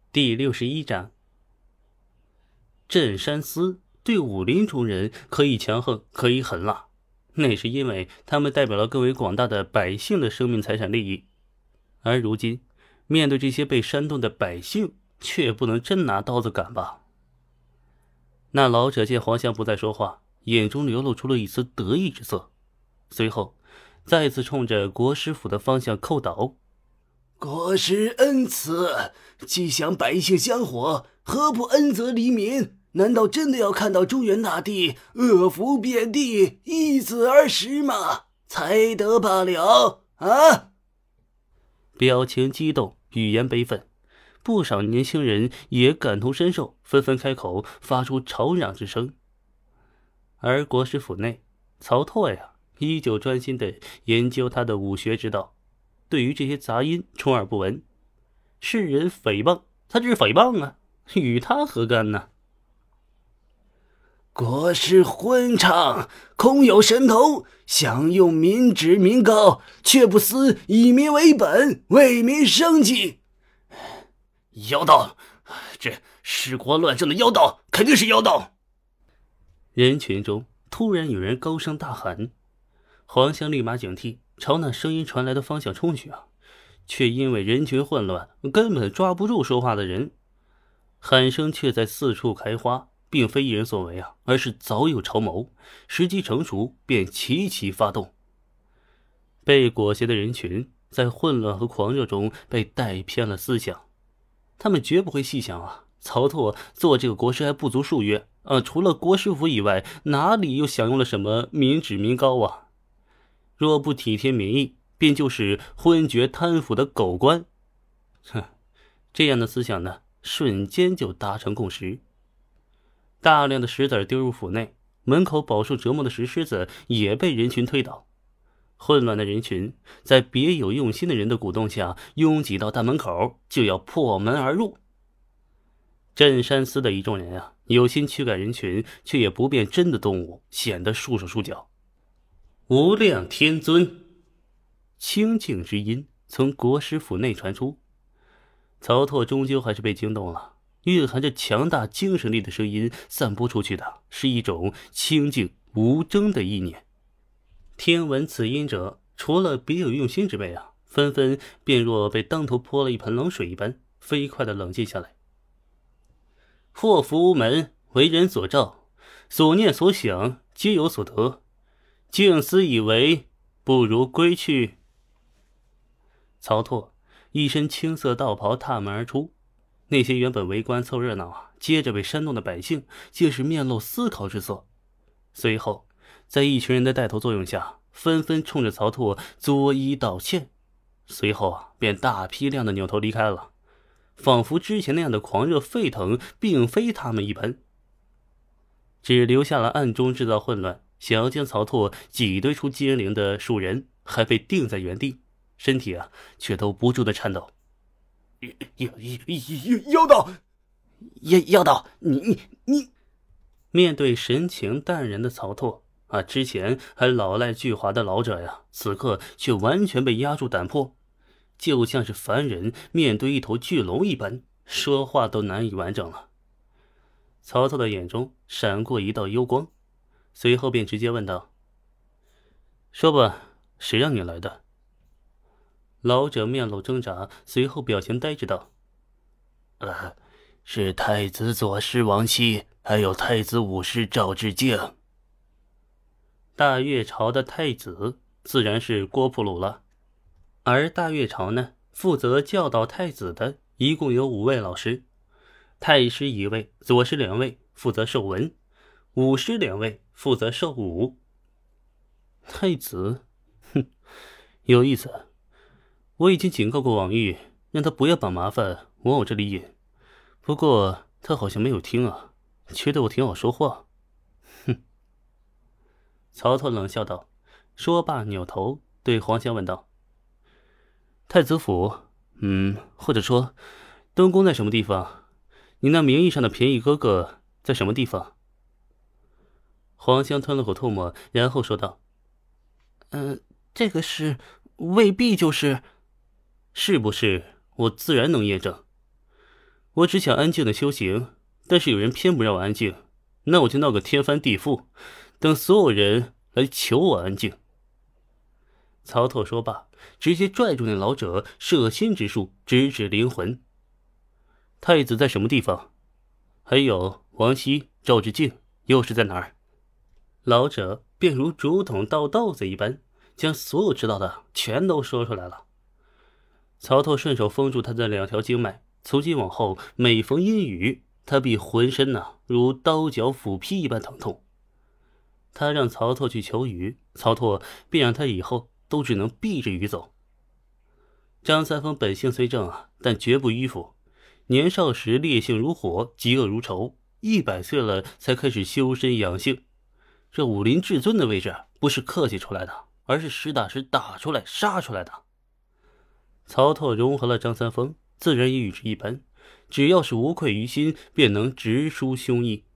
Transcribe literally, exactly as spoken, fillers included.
第六十一章，镇山司对武林中人可以强横，可以狠辣，那是因为他们代表了更为广大的百姓的生命财产利益。而如今，面对这些被煽动的百姓，却不能真拿刀子赶吧。那老者见黄香不再说话，眼中流露出了一丝得意之色，随后再次冲着国师府的方向叩倒。 国师恩赐，既想百姓香火，何不恩泽黎民？难道真的要看到中原大地恶福遍地，易子而食吗？才得罢了啊！ 表情激动，语言悲愤，不少年轻人也感同身受，纷纷开口发出吵嚷之声。而国师府内，曹拓呀，依旧专心地研究他的武学之道，对于这些杂音充耳不闻。世人诽谤，他就是诽谤啊，与他何干呢？ 国师昏唱，空有神通，想用民脂民膏，却不思以民为本，为民生计。 妖道，这弑国乱政的妖道，肯定是妖道。 人群中突然有人高声大喊，黄香立马警惕，朝那声音传来的方向冲去啊，却因为人群混乱，根本抓不住说话的人。喊声却在四处开花，并非一人所为啊，而是早有筹谋，时机成熟便齐齐发动。被裹挟的人群在混乱和狂热中被带偏了思想，他们绝不会细想啊，曹拓做这个国师还不足数月啊，除了国师府以外，哪里又享用了什么民脂民膏啊？若不体贴民意，便就是昏厥贪腐的狗官。哼，这样的思想呢，瞬间就达成共识。大量的石子丢入府内，门口饱受折磨的石狮子也被人群推倒。混乱的人群在别有用心的人的鼓动下，拥挤到大门口，就要破门而入。镇山司的一众人啊，有心驱赶人群，却也不变真的动物，显得束手束脚。无量天尊，清静之音从国师府内传出。曹拓终究还是被惊动了，蕴含着强大精神力的声音散播出去的是一种清静无争的意念。听闻此音者，除了别有用心之辈啊，纷纷便若被当头泼了一盆冷水一般，飞快地冷静下来。祸福无门，为人所照，所念所想，皆有所得。静思以为，不如归去。曹拓一身青色道袍踏门而出，那些原本围观凑热闹啊，接着被煽动的百姓，竟是面露思考之色。随后，在一群人的带头作用下，纷纷冲着曹拓作揖道歉，随后啊，便大批量的扭头离开了，仿佛之前那样的狂热沸腾并非他们一般，只留下了暗中制造混乱，想要将曹拓挤兑出金陵的数人，还被定在原地，身体啊却都不住的颤抖。 妖妖妖道， 妖妖道，你你你！ 面对神情淡然的曹拓啊，之前还老赖巨猾的老者呀，此刻却完全被压住胆魄，就像是凡人面对一头巨龙一般，说话都难以完整了。曹操的眼中闪过一道幽光，随后便直接问道：“说吧，谁让你来的？”老者面露挣扎，随后表情呆滞道：“ 呃，是太子左师王熙，还有太子五师赵志敬。” 大越朝的太子自然是郭璞鲁了，而大越朝呢，负责教导太子的一共有五位老师，太师一位，左师两位负责授文，五师两位负责授武。太子，哼，有意思。我已经警告过王玉，让他不要把麻烦往我这里引，不过他好像没有听啊，觉得我挺好说话。哼。曹操冷笑道，说罢扭头对黄香问道：“太子府，嗯，或者说东宫在什么地方？你那名义上的便宜哥哥在什么地方？”黄香吞了口唾沫，然后说道：“ 嗯、呃，这个是未必就是。” 是不是？我自然能验证。 我只想安静的修行，但是有人偏不让我安静，那我就闹个天翻地覆，等所有人来求我安静。曹拓说罢，直接拽住那老者，摄心之术直指灵魂。太子在什么地方？还有王熙、赵志敬又是在哪儿？老者便如竹筒倒豆子一般，将所有知道的全都说出来了。曹拓顺手封住他的两条经脉，从今往后每逢阴雨，他必浑身呐、啊、如刀绞斧劈一般疼痛。他让曹拓去求雨，曹拓便让他以后都只能避着雨走。张三丰本性虽正啊，但绝不迂腐。年少时烈性如火，嫉恶如仇，一百岁了才开始修身养性。这武林至尊的位置不是客气出来的，而是实打实打出来杀出来的。曹拓融合了张三丰，自然也与之一般，只要是无愧于心，便能直抒胸臆。